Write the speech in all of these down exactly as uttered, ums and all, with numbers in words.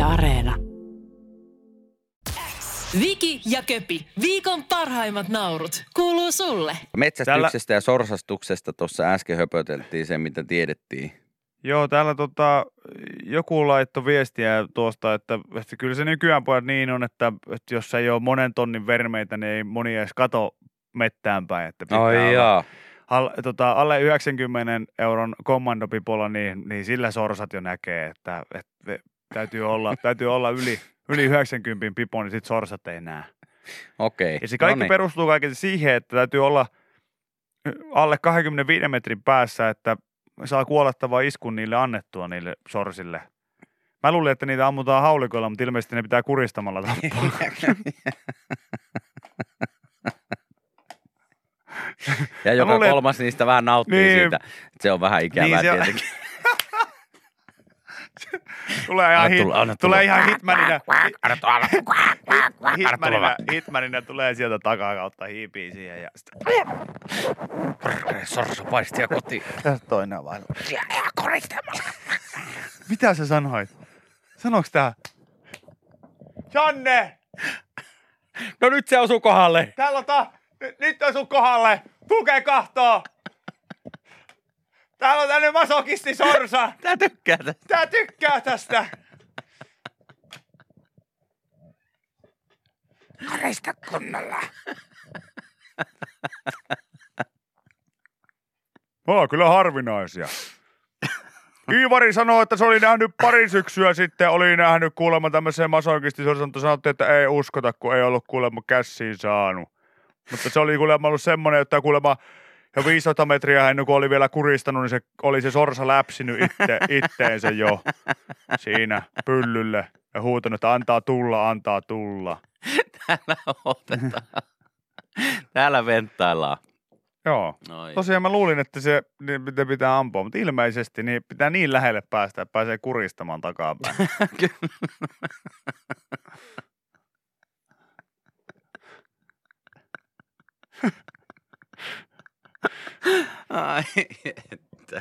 Areena. Viki ja Köpi, viikon parhaimmat naurut, kuuluu sulle. Metsästyksestä ja sorsastuksesta tuossa äsken höpöteltiin se, mitä tiedettiin. Joo, täällä tota, joku laittoi viestiä tuosta, että, että kyllä se nykyään pojat niin on, että, että jos ei ole monen tonnin vermeitä, niin ei moni edes kato mettään päin. Että pitää Ai jaa. All, tota, alle yhdeksänkymmentä euron kommandopipolla, niin, niin sillä sorsat jo näkee, että, että täytyy olla, täytyy olla yli, yli yhdeksänkymmentä pipo, niin sit sorsat ei näe. Okei. Ja se kaikki Noniin. perustuu kaiken siihen, että täytyy olla alle kaksikymmentäviisi metrin päässä, että saa kuolettavaa iskun niille annettua niille sorsille. Mä luulin, että niitä ammutaan haulikoilla, mutta ilmeisesti ne pitää kuristamalla tappaa. Ja joka luulen, kolmas niistä vähän nauttii niin, siitä. Se on vähän ikävää niin se on, tietenkin. tulee ihan, hit, tulla, tulee ihan hitmanina. Anna tulla. Hitmanina, hitmanina tulee sieltä takaa kautta hiipii siihen ja sitten Sorsa paistia kotiin. tästä toinen on vain. Mitä sä sanoit? Sanoks tää? Janne! No nyt se osuu kohdalle. Täällä on ta... Nyt, nyt on sun kohdalle! Tukee kahtoo! Täällä on tänne masokisti sorsa! Tää tykkää tästä. Tää tykkää tästä! Korista kunnolla. No, kyllä harvinaisia. Iivari sanoi, että se oli nähnyt pari syksyä sitten, oli nähnyt kuulemma tämmöisen masokistisorsan, mutta sanottiin, että ei uskota, kun ei ollut kuulemma käsiin saanut. Mutta se oli kuulemma ollut semmoinen, että kuulemma jo viisisataa metriä ennen kuin oli vielä kuristanut, niin se oli se sorsa läpsinyt itse, itteensä jo siinä pyllylle ja huutanut, että antaa tulla, antaa tulla. Täällä otetaan. Täällä venttaillaan. Joo. Noi. Tosiaan mä luulin, että se niin pitää, pitää ampua, mutta ilmeisesti niin pitää niin lähelle päästä, että pääsee kuristamaan takapäin. Ai että.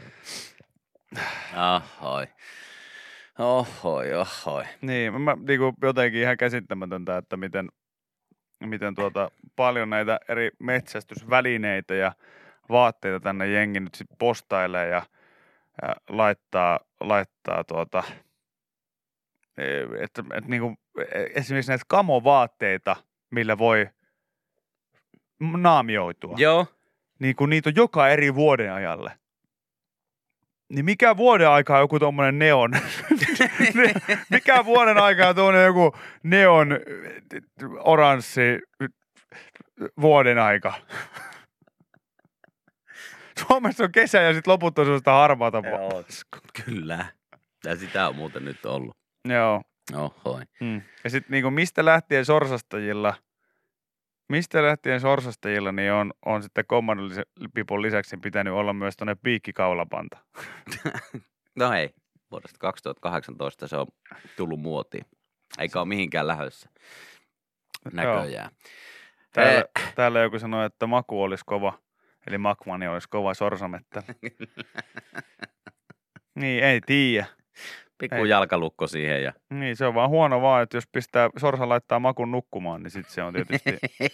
Ohoi. Ohoi, ohoi. Niin, mä niinku jotenkin ihan käsittämätöntä, että miten, miten tuota, paljon näitä eri metsästysvälineitä ja vaatteita tänne jengi nyt sit postailee ja, ja laittaa, laittaa tuota, että, että niinku, esimerkiksi näitä kamovaatteita, millä voi naamioitua. Joo. Niin kun niitä on joka eri vuoden ajalle. Niin mikä vuoden aikaa joku tommonen neon? Mikä vuoden aikaa on tuommoinen joku neon oranssi vuoden aika? Suomessa on kesä ja sitten loput on sellaista harmaata. Joo, kyllä. Ja sitä on muuten nyt ollut. Joo. Ohoi. Hmm. Ja sitten niinku mistä lähtien sorsastajilla, mistä lähtien sorsastajilla niin on, on sitten kommandolipipon lisäksi pitänyt olla myös tuonne piikkikaulapanta. No hei, vuodesta kaksituhattakahdeksantoista se on tullut muotiin. Eikä ole mihinkään lähdössä näköjään. Täällä, Eh. täällä joku sanoi, että maku olisi kova, eli makvani olisi kova sorsametta. Niin, ei tiedä. Pikku Ei. jalkalukko siihen ja... Niin, se on vaan huono vaan, että jos pistää, sorsa laittaa makun nukkumaan, niin sitten se on tietysti,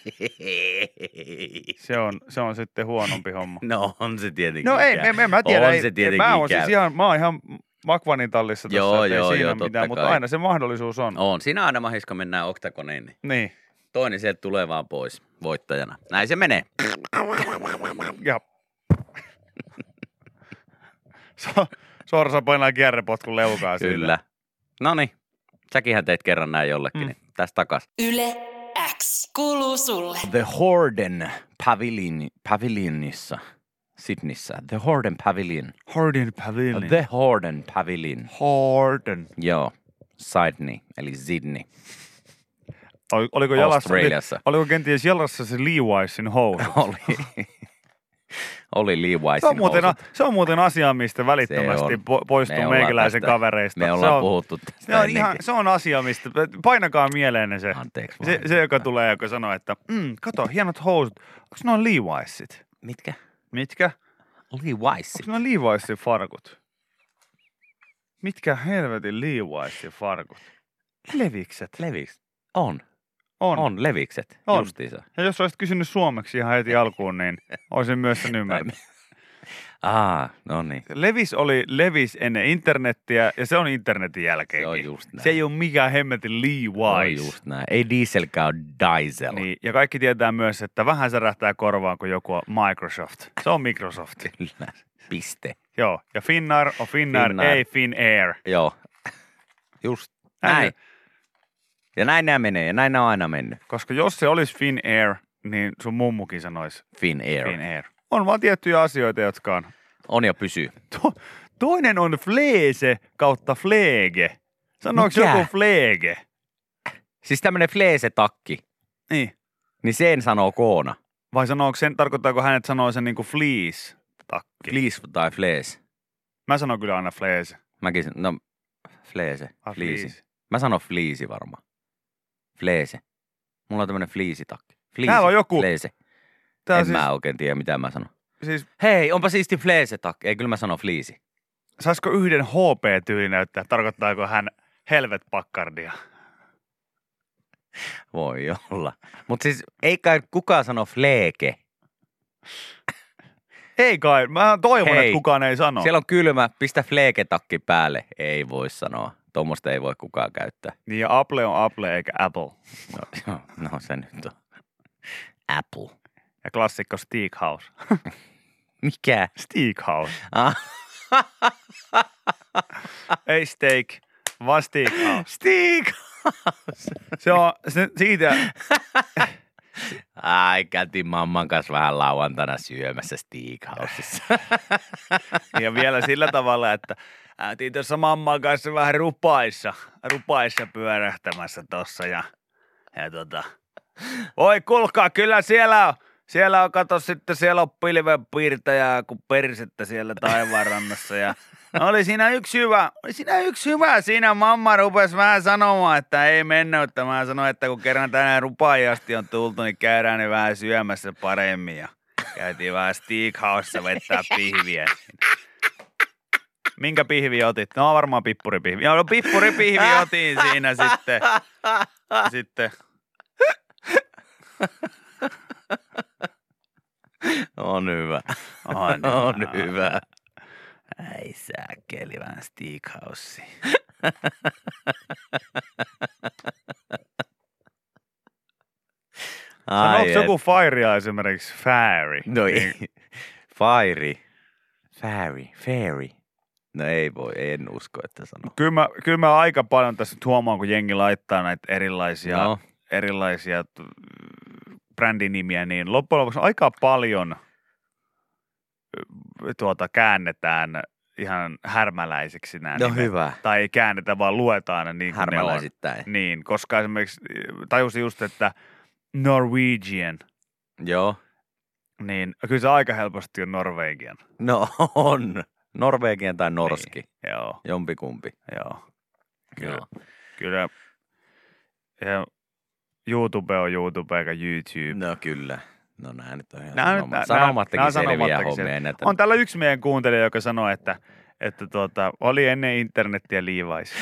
se on, se on sitten huonompi homma. No on se tietenkin. No ei, en, en mä tiedä. On ei, se tietenkin mä oon ikävä. siis ihan, mä oon ihan makvanin tallissa tässä, Joo, että ei joo, siinä joo, mitään, totta mutta kai. aina se mahdollisuus on. On. Siinä aina mahiska mennään oktakoneen, niin Niin. toinen sieltä tulee vaan pois voittajana. Näin se menee. Ja. So, sorsa painaa kierrepotkun leukaa sillä. Kyllä. Noniin. Säkinhän teit kerran näin jollekin, mm. niin tästä takas. Yle X kuuluu sulle. The Horden Pavilion, Pavilionissa, Sydneyssä. The Horden Pavilion. Horden Pavilion. The Horden Pavilion. Horden. Joo. Sydney, eli Sydney. Ol, oliko jalassa, Australiassa. oli, oliko kenties jalassa se Levi'sin housu? Oli. Oli Levi'sin Se on, muuten, housut. se on muuten asia, mistä välittömästi on. po, poistuu Me ollaan meikäläisen tästä- kavereista. Me ollaan se on, puhuttu tästä se on, ennenkin. ihan, se on asia, mistä, painakaa mieleen se. Anteeksi Se, vaan. se, joka tulee, joka sanoo, että mm, kato, hienot housut. Onko ne on Levi'sit? Mitkä? Mitkä? Levi'sit. Onko ne on Levi'sin farkut? Mitkä helvetin Levi'sin farkut? Levikset. Leviks. On. On. On, levikset. On. Justiinsa. Ja jos olisit kysynyt suomeksi ihan heti alkuun, niin olisin myös sen ymmärtänyt. Aa, no niin. Levis oli Levis ennen internettiä ja se on internetin jälkeenkin. Se on just näin. Se ei ole mikään hemmetin Levi's. Se on just näin. Ei dieselkään ole diesel. Niin, ja kaikki tietää myös, että vähän särähtää korvaan, kun joku on Microsoft. Se on Microsoft. Kyllä. Piste. Joo, ja Finnair on Finnair, Finnair. ei Finnair. Joo. Just näin. Ja näin nämä menee, ja näin nämä on aina mennyt. Koska jos se olisi Finnair, niin sun mummukin sanoisi Finnair. Finnair. On vaan tiettyjä asioita, jotka on. On ja pysyy. To, toinen on fleese kautta flege. Sanoiko Mikä? joku flege? Siis tämmönen fleese-takki, Niin. niin sen sanoo koona. Vai sanooko sen, tarkoittaako hänet sanoo sen niinku fleece-takki? Fleece tai fleece. Mä sanon kyllä aina fleese. Mäkin, san- no, fleese, Ah, fleece. fleece. Mä sanon fleece varmaan. Fleese. Mulla on tämmönen fleece-takki. Fleece, Täällä on joku- Fleece. Tää En siis, mä oikein tiedä, mitä mä sanon. siis, Hei, onpa siisti fleece-takki. Ei, kyllä mä sanon fleece. saisiko yhden H P-tyyli näyttää, tarkoittaako hän helvet pakkardia? Voi olla. Mutta siis ei kai kukaan sano fleeke. Ei kai, mä toivon, Hei, että kukaan ei sano. Siellä on kylmä, pistä fleeke-takki päälle. Ei voi sanoa. Tuommoista ei voi kukaan käyttää. Niin ja Apple on Apple eikä Apple. No, no se nyt on. Apple. Ja klassikko Steakhouse. Mikä? Steakhouse. Ah. Ei steak, vaan Steakhouse. Stick! Se on se, siitä, Ai, kätin mamman kanssa vähän lauantaina syömässä Steakhousessa. ja vielä sillä tavalla, että äätiin tuossa mamman kanssa vähän rupaissa, rupaissa pyörähtämässä tossa ja, ja tota, oi kuulkaa, kyllä siellä on, siellä on, kato sitten, siellä on pilvenpiirtäjää kuin persettä siellä taivaanrannassa ja oli siinä yksi hyvä, oli siinä yksi hyvä, siinä mamma rupesi vähän sanomaan, että ei mennä, että mä sanoin, että kun kerran tänään rupaajasti on tultu, niin käydään ne vähän syömässä paremmin ja käytiin vähän Steakhousessa vettää pihviä. Minkä pihvi otit? No varmaan pippuripihvi. Joo, no pippuripihvi otin siinä sitten. Sitten. On hyvä. On, On hyvä. Ei sääkeli vähän Steakhouse. Sanooko Ai joku et. Firea esimerkiksi Fairy? No ei. Fairy. Fairy. Fairy. No ei voi, en usko, että sanoo. Kyllä mä, kyllä mä aika paljon tässä nyt huomaan, kun jengi laittaa näitä erilaisia, No. erilaisia t- brändinimiä, niin loppujen lopuksi aika paljon ö, tuota, käännetään ihan härmäläiseksi nämä No nimet. hyvä. Tai ei käännetä, vaan luetaan ne niin kuin ne on. Härmäläisittäin. Niin, koska esimerkiksi tajusin just, että Norwegian, Joo. niin kyllä se aika helposti on Norwegian. No on. Norvegian tai norski. Niin, joo, Jompikumpi. joo. Kyllä, Joo. kyllä. Ja YouTube on YouTube eikä YouTube. No kyllä. No nää nyt on ihan Nää- sanoma- nää- sanomattakin nää on selviä sanomattakin hommia. selviä. Näitä. On täällä yksi meidän kuuntelija, joka sanoi, että, että tuota, oli ennen internettiä Levi's.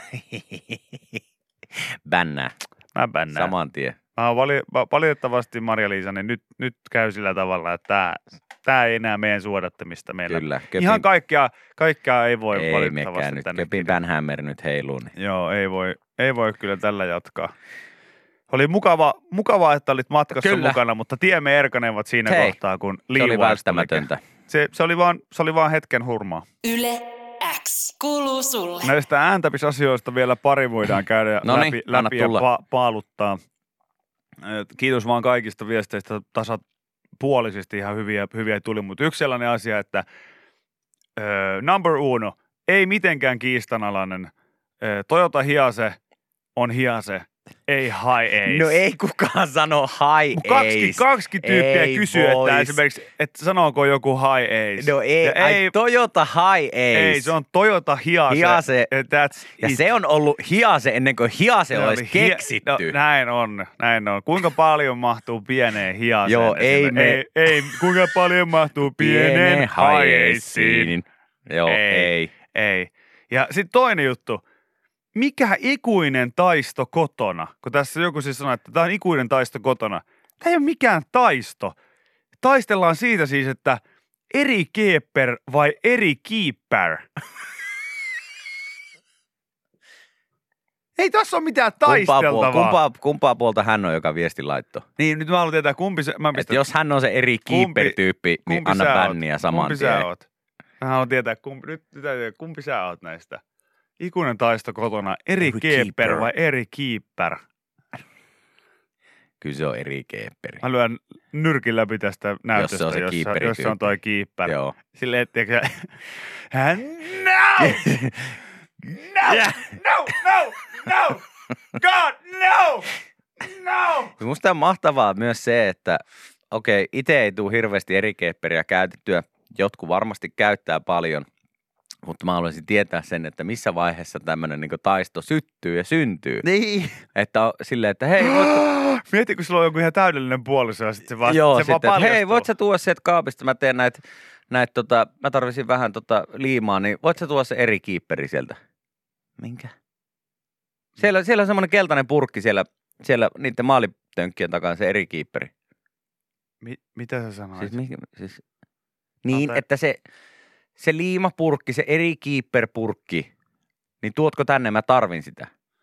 Bännää. Mä bännään. Saman tien. Mä oon vali, va- valitettavasti Marja-Liisa, niin nyt, nyt käy sillä tavalla, että tää, tää ei enää meidän suodattamista meillä. Kyllä. Köpin, Ihan kaikkea, kaikkea ei voi ei valitettavasti mekään nyt. tänne Köpin kirjata. Bänhämmer nyt heiluu. Niin. Joo, ei voi, ei voi kyllä tällä jatkaa. Oli mukava, mukavaa, että olit matkassa Kyllä. mukana, mutta tiemme erkanevat siinä Hei, kohtaa, kun Se oli Levi's välttämätöntä. tuli. Se, se, oli vaan, se oli vaan hetken hurmaa. Yle X kuuluu sulle. Näistä ääntämisasioista vielä pari voidaan käydä Noniin, läpi, anna läpi ja tulla. pa- paaluttaa. Et Kiitos vaan kaikista viesteistä. Tasapuolisesti ihan hyviä, hyviä tuli, mutta yksi sellainen asia, että ö, number uno, ei mitenkään kiistanalainen. Ö, Toyota Hiace on Hiace, ei Hi Ace. No ei kukaan sano hi Mut Kaksi, kaksi tyyppiä Ei kysyy, että vois. esimerkiksi, että sanooko joku Hi Ace. No ei, Ja ai, ei, Toyota Hi Ace. ei, se on Toyota Hiace. Hiace. and That's Ja it. se on ollut Hiace ennen kuin Hiace Se olisi oli hie- keksitty. No, näin on, näin on. Kuinka paljon mahtuu pieneen hiaseen? Joo, ei esimerkiksi? me- Ei, ei, kuinka paljon mahtuu pieneen Pienen haiesiin? Hi-Aceen. Joo, Ei. ei. Ei. Ja sitten toinen juttu. Mikä ikuinen taisto kotona? Kun tässä joku siis sanoi, että tämä on ikuinen taisto kotona. Tämä ei ole mikään taisto. Taistellaan siitä siis, että eri keeper vai eri keeper. Ei tässä ole mitään taisteltavaa. Kumpaa, kumpaa, kumpaa puolta hän on, joka viesti laittoi? Niin, nyt mä haluan tietää, kumpi se... Mä Et jos hän on se eri keeper-tyyppi, niin anna bänniä saman kumpi tien. Kumpi sä oot? Mä haluan tietää, kumpi, nyt tietää, kumpi sä oot näistä? Ikuinen taisto kotona, eri, eri keeper, keeper vai eri keeper? Kyllä se on eri keeperi. Mä lyön nyrkin läpi tästä näytöstä, jos se on, se jossa, jos se on toi keeper. Joo. Silleen, etteikö no! No! Yeah. No! No! No! God, no! No! Musta on mahtavaa myös se, että okei, itse ei tule hirveästi eri keepperiä käytettyä. Jotkut varmasti käyttää paljon, mutta mä haluaisin tietää sen, että missä vaiheessa tämmöinen niin taisto syttyy ja syntyy. Niin. Että on silleen, että hei, voit... Mieti, kun sulla on joku ihan täydellinen puoliso ja sitten se, vasta, Joo, se sitten, vaan paljastuu. hei, voit sä tuoda sieltä kaapista, mä teen näitä, näit, tota, mä tarvisin vähän tota liimaa, niin voit sä tuoda se eri kiipperi sieltä? Minkä? Siellä, siellä on semmoinen keltainen purkki siellä, siellä niiden maalitönkkien takana, se eri kiipperi. Mi- mitä sä sanoit? Siis, mikä, siis, niin, Ante... että se, se liimapurkki, se eri kiipperpurkki, niin tuotko tänne, mä tarvin sitä.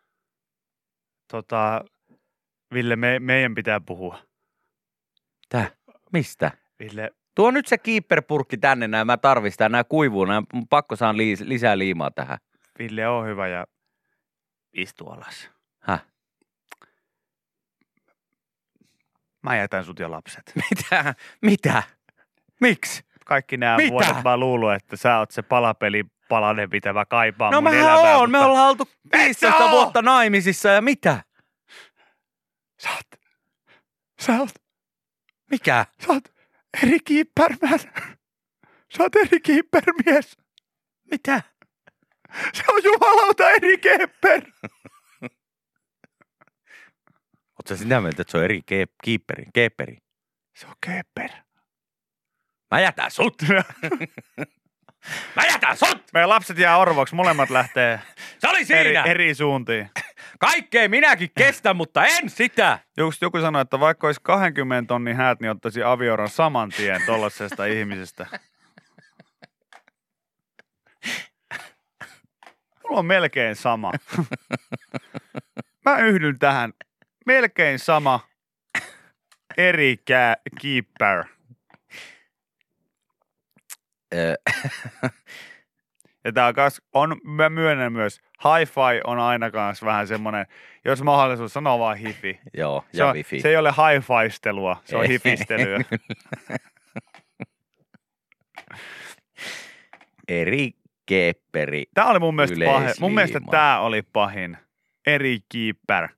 Tota, Ville, me, meidän pitää puhua. Tää? Mistä? Ville. Tuo nyt se kiipperpurkki tänne, näin mä tarvin sitä, nämä kuivuu, nämä pakko saan li- lisää liimaa tähän. Ville on hyvä ja istu alas. Häh? Mä jätän sut ja lapset. Mitä? Mitä? Miksi? Kaikki nämä Mitä? vuodet mä luullut, että sä oot se palapeli palanen, mitä mä kaipaan No mun mähän elämään. oon, mutta... me ollaan oltu viisitoista oo! vuotta naimisissa ja mitä? Sä oot, sä oot, Mikä? sä oot eri keeperman. Sä oot eri keepermies. Mitä? Se on jumalauta eri keeper. Oot sä sitä mieltä, että se on eri ke- kiipperi, keeperi? Se on keeper. Mä jätän sut! Mä jätän sut! Meidän lapset jää orvoksi, molemmat lähtee Se oli eri, siinä! eri suuntiin. Kaikkea minäkin kestän, mutta en sitä! Just joku sanoi, että vaikka olisi kaksikymmentä tonnin häät, niin ottaisi avioron saman tien tollasesta ihmisestä. Mulla on melkein sama. Mä yhdyn tähän. Melkein sama. Eri kä- keeper. Ja tää kas on, mä myönnän myös, hi-fi on aina kans vähän semmonen, jos mahdollisuus sanoa vaan hifi. Joo, Se, ja on, wifi. se ei ole hi-fi-stelua, se on Ei. hifistelyä. Eri keepperi. Tää oli mun mielestä pahin. Mun mielestä Yleisliima. tää oli pahin. Eri keeper.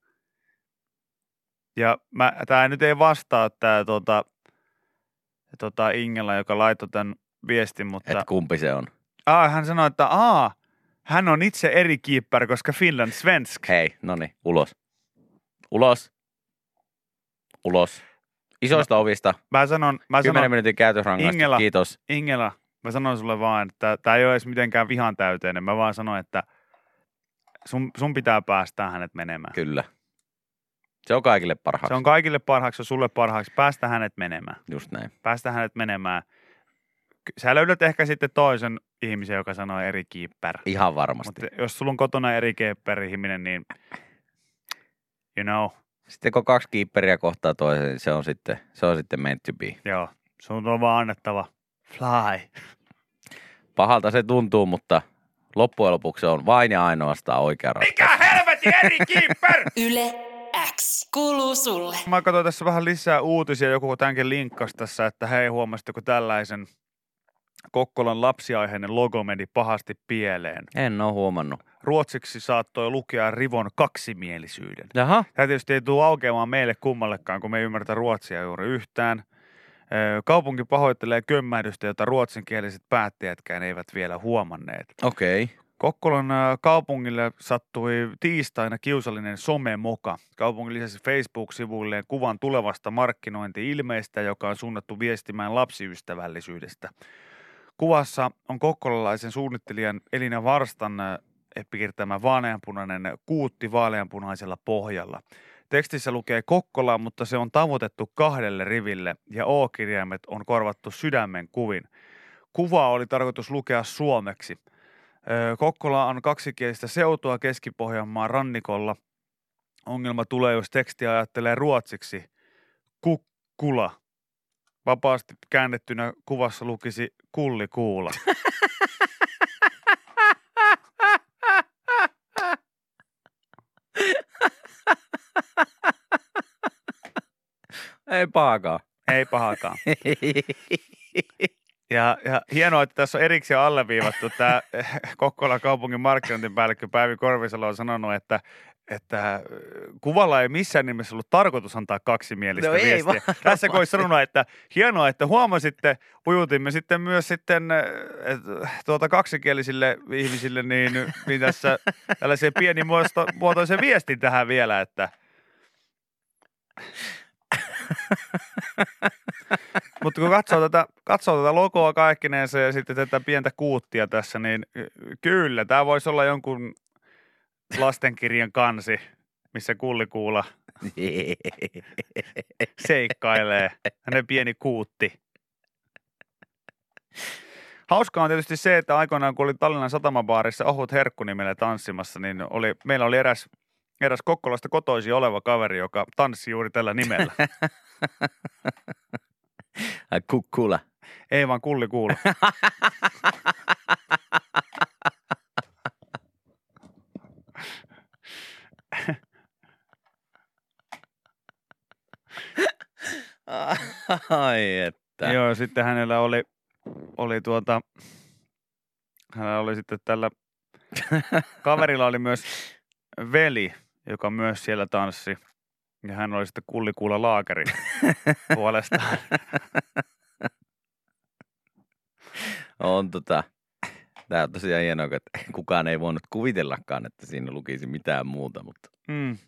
Ja mä, tää nyt ei vastaa tää tota, tota Ingela, joka laittoi tän viestin, mutta... Et kumpi se on? Aa, hän sanoi, että aa, hän on itse eri keeper, koska Finland svensk. Hei, noni, ulos. Ulos. Ulos. Isoista no, ovista. Mä sanon, mä Kymmenen sanon, minuutin käytösrangaistus, Ingela. kiitos. Ingela, mä sanon sulle vaan, että tää ei ole edes mitenkään vihan täyteinen. Mä vaan sanon, että sun, sun pitää päästä hänet menemään. Kyllä. Se on kaikille parhaaksi. Se on kaikille parhaaksi ja sulle parhaaksi. Päästä hänet menemään. Just näin. Päästä hänet menemään. Sä löydät ehkä sitten toisen ihmisen, joka sanoo eri keeper. Ihan varmasti. Mutta jos sulla on kotona eri keeper ihminen, niin you know. Sitten kun kaksi kiipperiä kohtaa toisen, niin se on sitten, se on sitten meant to be. Joo, sun on vaan annettava fly. Pahalta se tuntuu, mutta loppujen lopuksi se on vain ja ainoastaan oikea ratkaisu. Mikä helvetin eri keeper? Yle X kuuluu sulle. Mä katsoin tässä vähän lisää uutisia, joku tämänkin linkkasi tässä, että hei, huomasitteko tällaisen Kokkolan lapsiaiheinen logo meni pahasti pieleen. En ole huomannut. Ruotsiksi saattoi lukea rivon kaksimielisyyden. Jaha. Tämä tietysti ei tule aukeamaan meille kummallekaan, kun me ei ymmärtä ruotsia juuri yhtään. Kaupunki pahoittelee kömmähdystä, jota ruotsinkieliset päättäjätkään eivät vielä huomanneet. Okei. Okay. Kokkolan kaupungille sattui tiistaina kiusallinen somemoka. Kaupungin lisäsi Facebook-sivuilleen kuvan tulevasta markkinointi-ilmeistä, joka on suunnattu viestimään lapsiystävällisyydestä. Kuvassa on kokkolalaisen suunnittelijan Elina Varstan piirtämä vaaleanpunainen kuutti vaaleanpunaisella pohjalla. Tekstissä lukee Kokkola, mutta se on tavoitettu kahdelle riville ja O-kirjaimet on korvattu sydämen kuvin. Kuvaa oli tarkoitus lukea suomeksi. Kokkola on kaksikielistä seutua Keski-Pohjanmaan rannikolla. Ongelma tulee, jos tekstiä ajattelee ruotsiksi. Kukkula. Vapaasti käännettynä kuvassa lukisi kullikuula. Ei pahakaan. Ei pahakaan. Ja, ja hienoa, että tässä on erikseen alleviivattu tämä Kokkolan kaupungin markkinointipäällikkö Päivi Korvisalo on sanonut, että, että kuvalla ei missään nimessä ollut tarkoitus antaa kaksimielistä no viestiä. Tässä kun olisi sanonut, että hienoa, että huomasitte, ujutimme sitten myös sitten tuota kaksikielisille ihmisille, niin, niin tässä tällaisen pienimuotoisen viestin tähän vielä, että mutta kun katsoo tätä, katsoo tätä logoa kaikkineensa ja sitten tätä pientä kuuttia tässä, niin kyllä, tämä voisi olla jonkun lastenkirjan kansi, missä kullikuula seikkailee. Hänen pieni kuutti. Hauskaa on tietysti se, että aikoinaan kun oli Tallinnan satamabaarissa Ohut Herkku nimellä tanssimassa, niin oli, meillä oli eräs, eräs Kokkolasta kotoisin oleva kaveri, joka tanssi juuri tällä nimellä. Ai kukkula. Ei vaan kullikuula. Ai että. Joo, sitten hänellä oli, oli tuota, hänellä oli sitten tällä kaverilla oli myös veli, joka myös siellä tanssi. Ja hän oli sitten kullikuula laakeri puolestaan. On tota, tää on tosiaan hienoa, että kukaan ei voinut kuvitellakaan, että siinä lukisi mitään muuta, mutta Mm.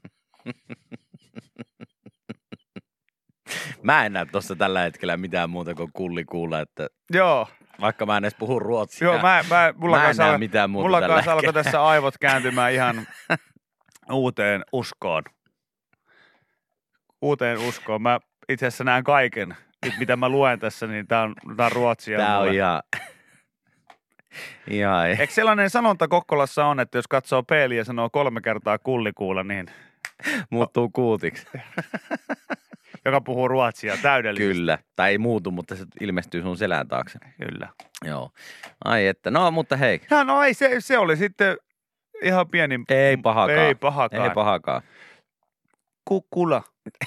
mä en näe tossa tällä hetkellä mitään muuta kuin kullikuula, että Joo. vaikka mä en edes puhu ruotsia. Joo, mä, mä, mulla mä en kanssa näe al- mitään muuta mulla tällä kanssa alkoi hetkellä. tässä aivot kääntymään ihan uuteen uskoon. Uuteen uskoon. Mä itse asiassa näen kaiken. Nyt mitä mä luen tässä, niin tää on, tää on ruotsia. Tää on mulle. ihan, ihan ei. Eikö sellainen sanonta Kokkolassa on, että jos katsoo peiliä ja sanoo kolme kertaa kullikuula, niin Muuttuu kuutiksi. joka puhuu ruotsia täydellisesti. Kyllä. Tai ei muutu, mutta se ilmestyy sun selän taakse. Kyllä. Joo. Ai että, no mutta hei. No, no ei, se, se oli sitten ihan pieni. Ei pahakaan. Ei pahakaan. Ei pahakaan. Kukkula.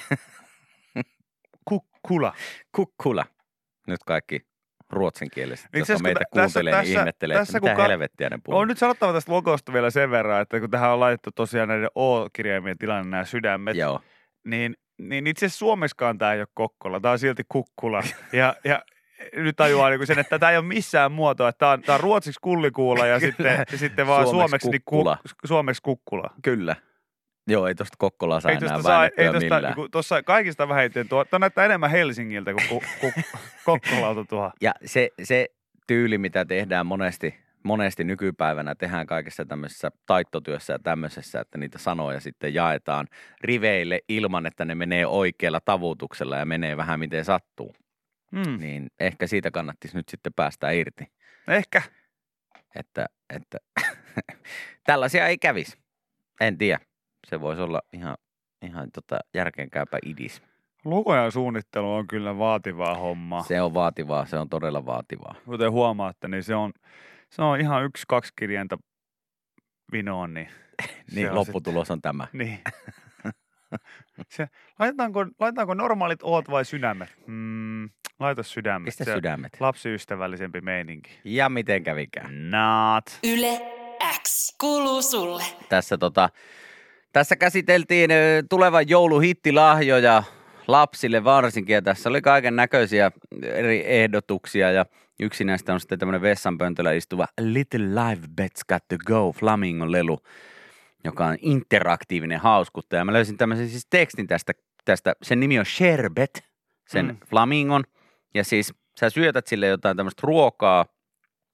Kukkula. Kukkula. Nyt kaikki ruotsinkieliset, Itse jotka asiassa, meitä kun tä- kuuntelee, tässä- niin ihmettelee, tässä- että mitä kun ka- helvettiä ne puhuu. On nyt sanottava tästä logosta vielä sen verran, että kun tähän on laitettu tosiaan näiden O-kirjaimien tilanne, nämä sydämet, Joo. niin, niin itse asiassa Suomessakaan tämä ei ole Kokkola, tämä on silti Kukkula. Ja, ja nyt tajuaa niin sen, että tämä ei ole missään muotoa, että tämä on, tämä on ruotsiksi kullikuula ja sitten, ja sitten vaan Suomeksi suomeksi, niin kukkula. ku, suomeksi kukkula. Kyllä. Joo, ei tosta Kokkolaa saa Ei enää tuosta saa, väännettyä ei tuosta, millään. niin tuossa kaikista vähiten, tuo, tuo näyttää enemmän Helsingiltä kuin ku, ku, Kokkolalta tuo. Ja se, se tyyli, mitä tehdään monesti, monesti nykypäivänä, tehdään kaikessa tämmöisessä taittotyössä ja tämmöisessä, että niitä sanoja sitten jaetaan riveille ilman, että ne menee oikealla tavutuksella ja menee vähän miten sattuu. Mm. Niin ehkä siitä kannattisi nyt sitten päästä irti, Ehkä. että, että tällaisia ei kävisi. En tiedä. Se voisi olla ihan, ihan tota järkeenkäypä idis. Lukojen suunnittelu on kyllä vaativaa hommaa. Se on vaativaa, se on todella vaativaa. Kuten huomaatte, niin se on, se on ihan yksi, kaksi kirjainta vinoon, niin, Niin on lopputulos on tämä. Sitten, niin. Se, laitetaanko, laitetaanko normaalit oot vai sydämet? Mm, laita sydämet. Pistä Se sydämet. lapsiystävällisempi meininki. Ja miten kävikään. Not. Yle X kuuluu sulle. Tässä, tota, tässä käsiteltiin ö, tulevan jouluhittilahjoja lapsille varsinkin. Ja tässä oli kaiken näköisiä eri ehdotuksia. Ja yksi näistä on sitten tämmöinen vessanpöntöllä istuva Little Live Bets Got to Go Flamingo-lelu, joka on interaktiivinen hauskuttaja. Mä löysin tämmöisen siis tekstin tästä, tästä. Sen nimi on Sherbet, sen Mm. mm. flamingon. Ja siis sä syötät sille jotain tämmöistä ruokaa,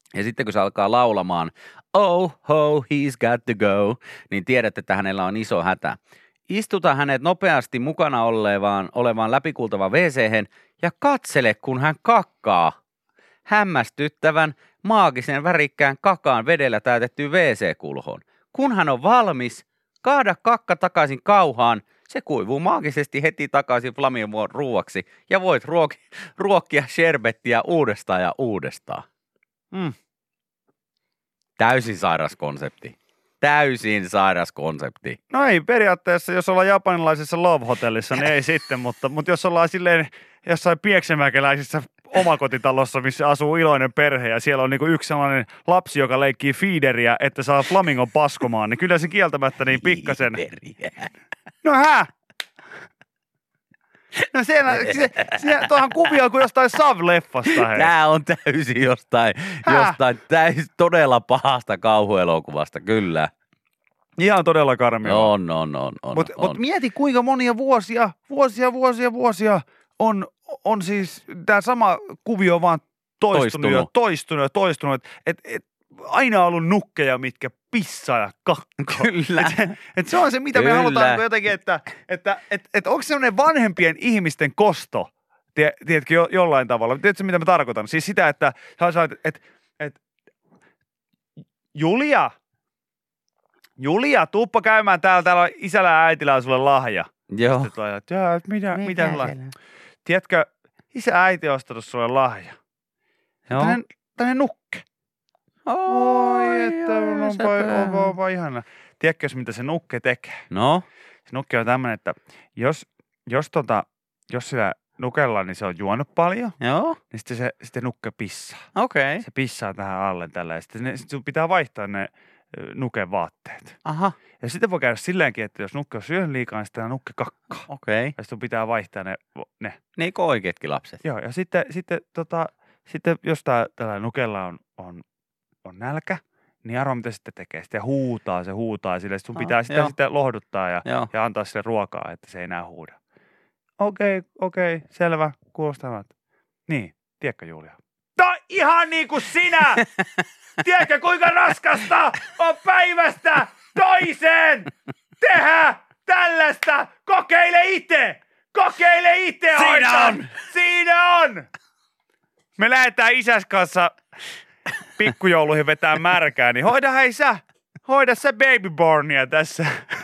Ja sitten kun se alkaa laulamaan, oh ho, he's got to go, niin tiedät, että hänellä on iso hätä. Istuta hänet nopeasti mukana olevaan, olevaan läpikultavan WC:hen ja katsele, kun hän kakkaa. Hämmästyttävän, maagisen värikkään kakaan vedellä täytettyyn W C-kulhoon. Kun hän on valmis, kaada kakka takaisin kauhaan. Se kuivuu maagisesti heti takaisin Flamingon ruuaksi ja voit ruoki, ruokkia sherbettiä uudestaan ja uudestaan. Mm. Täysin sairas konsepti. Täysin sairas konsepti. No ei periaatteessa, jos ollaan japanilaisessa love-hotellissa, niin ei sitten, mutta, mutta jos ollaan silleen jossain pieksämäkeläisessä omakotitalossa, missä asuu iloinen perhe ja siellä on niinku yksi sellainen lapsi, joka leikkii feederiä, että saa flamingon paskomaan, niin kyllä se kieltämättä niin pikkasen. No hä? No siellä, se, se, tuohan kuvio kuin jostain Sav-leffasta. Hei. Tää on täysin jostain, jostain täysin todella pahasta kauhuelokuvasta, kyllä. Ihan todella karmia. On, on, on, on. Mutta on. mut mieti kuinka monia vuosia, vuosia, vuosia, vuosia on, on siis tämä sama kuvio vaan toistunut, toistunut. ja toistunut ja toistunut. Että et, et, aina on ollut nukkeja, mitkä pissaa ja kakkaa. Kyllä. Et, et se on se, mitä Kyllä. me halutaan jotenkin, että, että et, et onko semmoinen vanhempien ihmisten kosto, tie, tiedätkö, jo, jollain tavalla. Tiedätkö, mitä mä tarkoitan? Siis sitä, että että et, et, Julia, Julia, tuuppa käymään täällä, täällä on isällä ja äitillä on sulle lahja. Joo. Sitten tulee, että mitä, mitä, mitä sulla? Tiedätkö, isä ja äiti on ostanut sulle lahja. Joo. Tänne, tänne nukke. Oi, että onpa, onpa, onpa ihana. Tiedätkö, mitä se nukke tekee? No? Se nukke on tämmöinen, että jos, jos, tota, jos sillä nukella, niin se on juonut paljon, Joo. niin sitten se sitten nukke pissaa. Okei. Okay. Se pissaa tähän alle tällä ja sitten, ne, sitten sun pitää vaihtaa ne nuken vaatteet. Aha. Ja sitten voi käydä silleenkin, että jos nukke on syönyt liikaa, niin sitten nukke kakkaa. Okei. Okay. Ja sitten pitää vaihtaa ne. ne. Niin kuin oikeatkin lapset. Joo, ja sitten, sitten, tota, sitten jos tää, tällä nukella on, on, on nälkä, niin arvo mitä sitten tekee. Sitten huutaa, se huutaa sille. Sitten sun pitää oh, sitä sitten lohduttaa ja, ja antaa sille ruokaa, että se ei enää huuda. Okei, okay, okei, okay, selvä, kuulostaa hyvältä. Niin, tiedätkö Julia? Tää on ihan niin kuin sinä! Tiedätkö kuinka raskasta on päivästä toiseen tehdä tällaista? Kokeile itse! Kokeile itse! Siinä on! Siinä on! Me lähdetään isäs kanssa pikkujouluihin vetää märkää, niin hoida hei sä! Hoida sä babybornia tässä.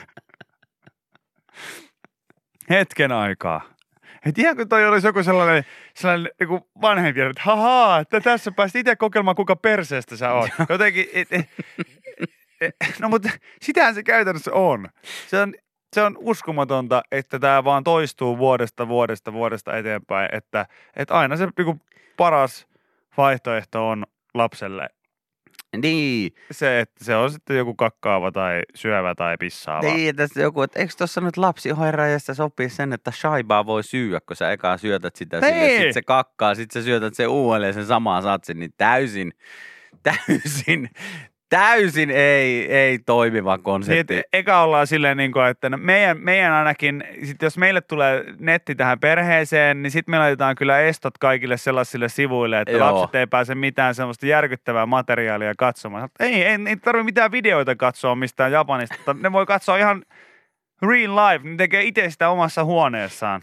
Hetken aikaa. Et ihan kun toi olisi joku sellainen, sellainen joku vanhempi, että hahaa, että tässä pääsit itse kokeilemaan, kuinka perseestä sä oot. Jotenkin, et, et, et, no mutta sitähän se käytännössä on. Se on, se on uskomatonta, että tämä vaan toistuu vuodesta, vuodesta, vuodesta eteenpäin, että, että aina se niin paras vaihtoehto on lapselle. Niin. Se, että se on sitten joku kakkaava tai syövä tai pissaava. Niin, tässä joku, että eikö tuossa nyt lapsihoirajasta sopii sen, että shaibaa voi syyä, kun sä ekaan syötät sitä Hei! sille, sit se kakkaa, sit sä syötät sen uudelleen sen samaan satsin, niin täysin, täysin, täysin ei, ei toimiva konsepti. Niin, eka ollaan silleen, niin kuin, että no meidän, meidän ainakin, sit jos meille tulee netti tähän perheeseen, niin sitten me laitetaan kyllä estot kaikille sellaisille sivuille, että Joo. lapset ei pääse mitään sellaista järkyttävää materiaalia katsomaan. Ei, ei, ei tarvitse mitään videoita katsoa mistään Japanista. Ne voi katsoa ihan real life, ne tekee itse sitä omassa huoneessaan.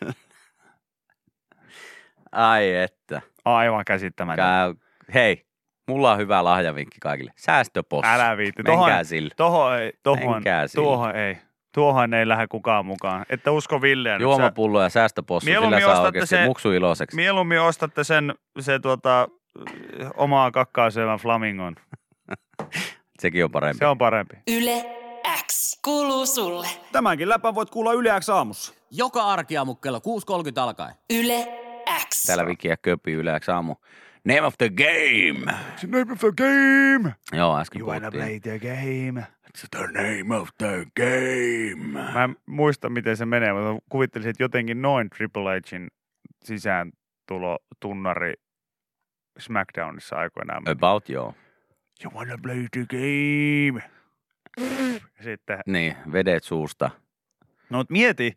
Ai että. Aivan käsittämätöntä. Käy. Hei, mulla on hyvä lahjavinkki kaikille. Säästöpossi. Älä viitti. Menkää Tohon, sille. Tohon ei, tohon, Menkää sille. tuohon ei. Tuohon ei lähde kukaan mukaan. Että usko Villeä. Juomapullo ja säästöpossu, sillä saa oikeasti se, muksu iloiseksi. Mieluummin ostatte sen se, tuota, omaa kakkaa syövän flamingon. Sekin on parempi. Se on parempi. Yle X kuuluu sulle. Tämänkin läpän voit kuulla Yle X aamussa. Joka arkiaamu kello kuusi kolmekymmentä alkaen. Yle X. Täällä Viki ja Köpi yleensä aamu. Name of the game. It's the name of the game. Joo, äsken You wanna puhuttiin. play the game. It's the name of the game. Mä en muista, miten se menee, mutta kuvittelisin, että jotenkin noin Triple H:in sisään tulo tunnari SmackDownissa aikoinaan. About joo. You wanna play the game. Sitten, Niin, vedet suusta. no mut mieti,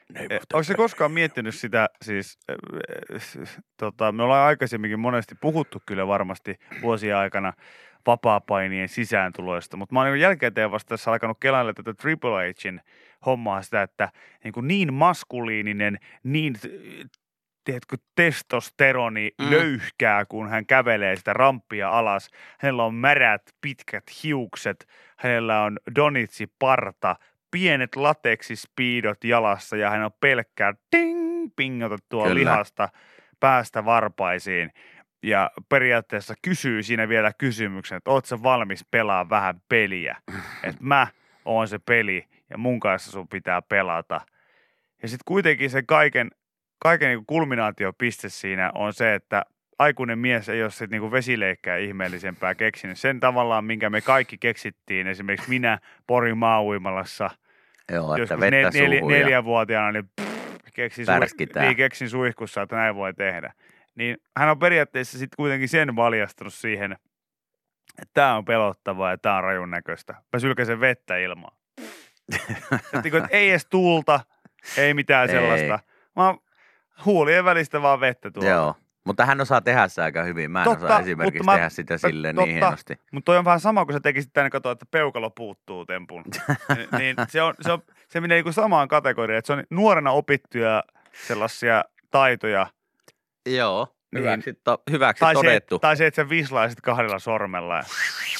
Onko se koskaan miettinyt sitä, siis äh, tota, me ollaan aikaisemminkin monesti puhuttu kyllä varmasti vuosien aikana vapaapainien sisääntuloista, mutta mä oon niin jälkikäteen vasta tässä alkanut kelailla tätä Triple H:n hommaa sitä, että niin, kuin niin maskuliininen, niin tiedätkö, testosteroni mm. löyhkää, kun hän kävelee sitä ramppia alas. Hänellä on märät, pitkät hiukset, hänellä on donitsi parta, pienet lateksispiidot jalassa ja hän on pelkkää ting pingotettua Kyllä. lihasta päästä varpaisiin. Ja periaatteessa kysyy siinä vielä kysymyksen, että ootko sä valmis pelaa vähän peliä? Että mä oon se peli ja mun kanssa sun pitää pelata. Ja sitten kuitenkin se kaiken, kaiken niin kulminaatiopiste siinä on se, että aikuinen mies ei ole sitten niin vesileikkää ihmeellisempää keksinyt. Sen tavallaan, minkä me kaikki keksittiin, esimerkiksi minä Porin maa-uimalassa. Joo, että joskus vettä nel, nel, suuhun neljänvuotiaana, niin, pff, keksin, sui, niin keksin suihkussa, että näin voi tehdä. Niin hän on periaatteessa sitten kuitenkin sen valjastunut siihen, että tämä on pelottavaa ja tämä on rajun näköistä. Mä sylkäsen vettä ilmaan. että, että ei edes tuulta, ei mitään ei. sellaista. Mä huulien välistä vaan vettä tuolla. Joo, mutta hän osaa tehdä se aika hyvin. Mä en totta, osaa esimerkiksi mä, tehdä sitä silleen totta, niin hienosti. Mutta toi on vähän sama, kun sä tekisit tänne katsoa, että peukalo puuttuu tempun. niin se, on, se, on, se menee niinku samaan kategoriaan, että se on nuorena opittuja sellaisia taitoja. Joo, hyväksi, niin, to, hyväksi tai todettu. Se, tai se, että sä vislaisit kahdella sormella. Ja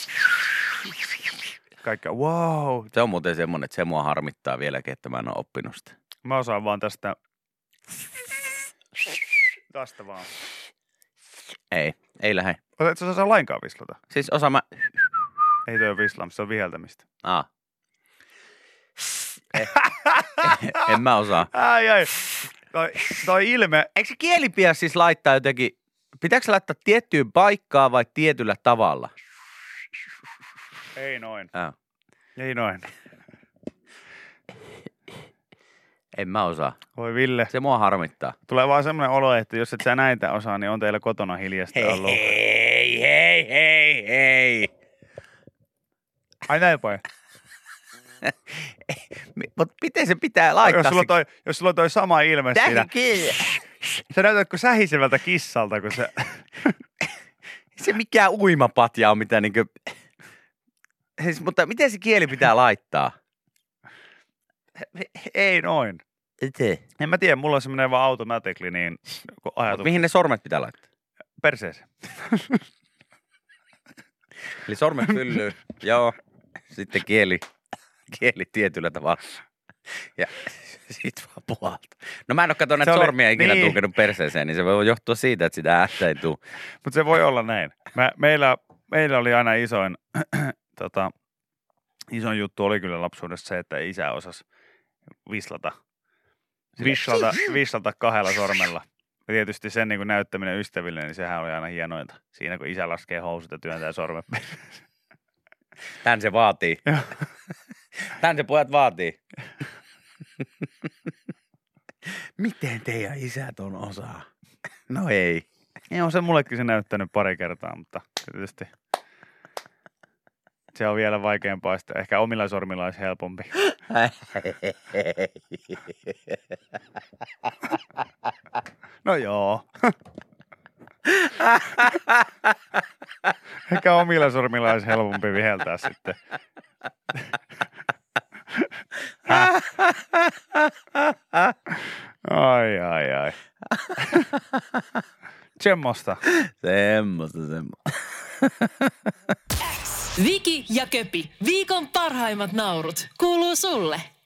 kaikkea, wow. Se on muuten semmoinen, että se mua harmittaa vieläkin, että mä en ole oppinut sitä. Mä osaan vaan tästä. Tästä vaan. Ei, ei lähde. Et sä osaa lainkaan vislata? Siis osaa mä. Ei toi ole vislaamista, se on viheltämistä. Aa. Eh. en mä osaa. Ai ai. Toi, toi ilme. Eikö se kieli pidä siis laittaa jotenkin, pitääkö se laittaa tiettyyn paikkaan vai tietyllä tavalla? Ei noin. Aa. Ei noin. En mä osaa. Voi Ville. Se mua harmittaa. Tulee vaan semmoinen olo, että jos et sä näitä osaa, niin on teillä kotona hiljasta hei, ollut. Hei, hei, hei, hei. Ai näin vai? Mutta miten se pitää laittaa? Jos sulla on toi, jos sulla on toi sama ilme siinä. Sä näytät kuin sähisevältä kissalta, kun se. Se mikään uimapatja on mitä niinkö. Siis, mutta miten se kieli pitää laittaa? Ei noin. Ite. En mä tiedä, mulla on semmoinen vaan automatically niin ajatus. Mihin ne sormet pitää laittaa? Perseeseen. Eli sormet fyllyy, joo. Sitten kieli, kieli tietyllä tavalla. Ja sit vaan puhalta. No mä en oo katsoa näitä oli, sormia ikinä niin. Tulkenut perseeseen, niin se voi johtua siitä, että sitä ähtä ei tuu. Mutta se voi olla näin. Mä, meillä, meillä oli aina isoin, tota, isoin juttu oli kyllä lapsuudessa se, että isä osasi vislata. Vislata, vislata kahdella sormella. Ja tietysti sen niin kuin näyttäminen ystäville, niin sehän oli aina hienointa. Siinä kun isä laskee housut ja työntää sormet. Tän se vaatii. Tän se pojat vaatii. Miten teidän isät on osaa? No ei. Ei on se mullekin se näyttänyt pari kertaa, mutta tietysti se on vielä vaikeampaa. Sitten ehkä omilla sormilla olisi helpompi. No joo. Ehkä omilla sormilla olisi helpompi viheltää sitten. Ai, ai, ai. Semmosta. Semmosta, semmosta. Viki ja Köpi, viikon parhaimmat naurut, kuuluu sulle.